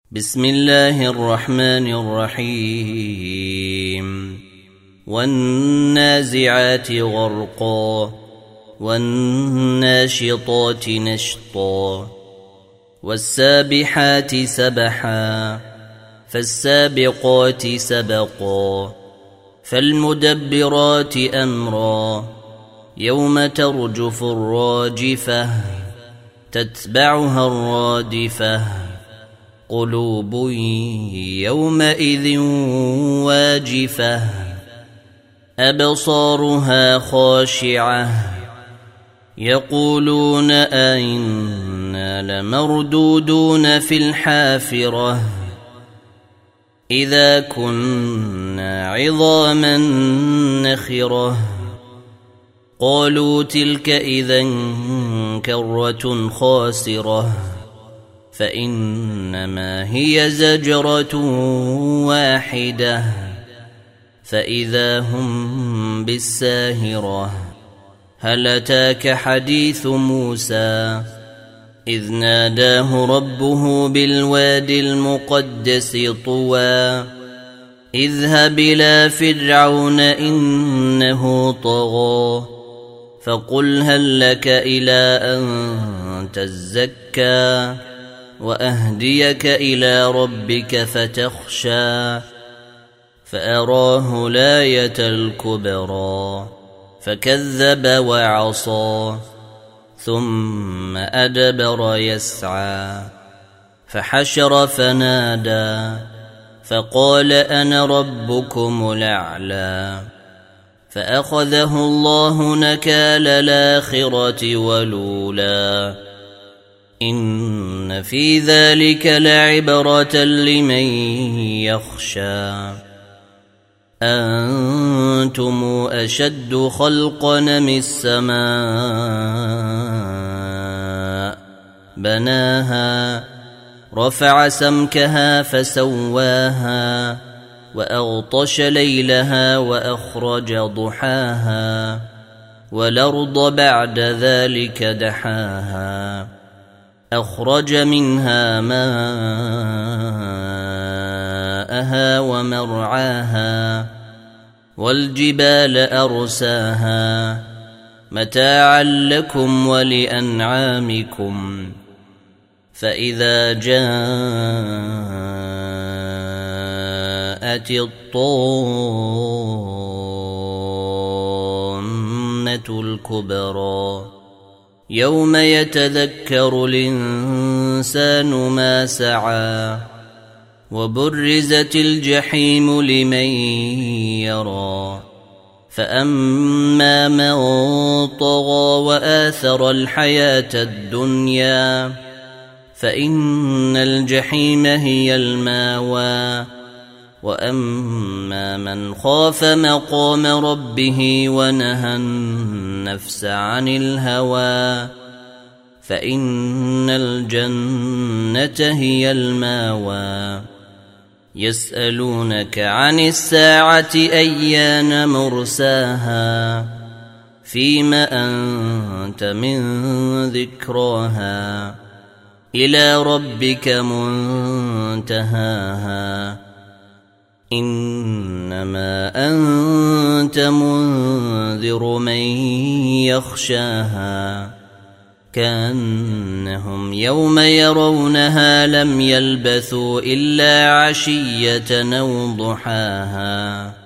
بسم الله الرحمن الرحيم والنازعات غرقا والناشطات نشطا والسابحات سبحا فالسابقات سبقا فالمدبرات أمرا يوم ترجف الراجفة تتبعها الرادفة قلوب يومئذ واجفة أبصارها خاشعة يقولون أئنا لمردودون في الحافرة إذا كنا عظاما نخرة قالوا تلك إذا كرة خاسرة فإنما هي زجرة واحدة فإذا هم بالساهرة هل أتاك حديث موسى إذ ناداه ربه بالوادي المقدس طوى اذهب إلى فرعون إنه طغى فقل هل لك إلى أن تزكى وأهديك إلى ربك فتخشى فأراه الآية الكبرى فكذب وعصى ثم أدبر يسعى فحشر فنادى فقال أنا ربكم الأعلى فأخذه الله نكال الآخرة والأولى إن في ذلك لعبرة لمن يخشى أنتم أشد خلقا من السماء بناها رفع سمكها فسواها وأغطش ليلها وأخرج ضحاها والأرض بعد ذلك دحاها أخرج منها ماءها ومرعاها والجبال أرساها متاعا لكم ولأنعامكم فإذا جاءت الطامة الكبرى يوم يتذكر الإنسان ما سعى وبرزت الجحيم لمن يرى فأما من طغى وآثر الحياة الدنيا فإن الجحيم هي الماوى وأما من خاف مقام ربه ونهى النفس عن الهوى فإن الجنة هي الماوى يسألونك عن الساعة أيان مرساها فيما أنت من ذكراها إلى ربك منتهاها إنما أنت منذر من يخشاها كأنهم يوم يرونها لم يلبثوا إلا عشية أو ضحاها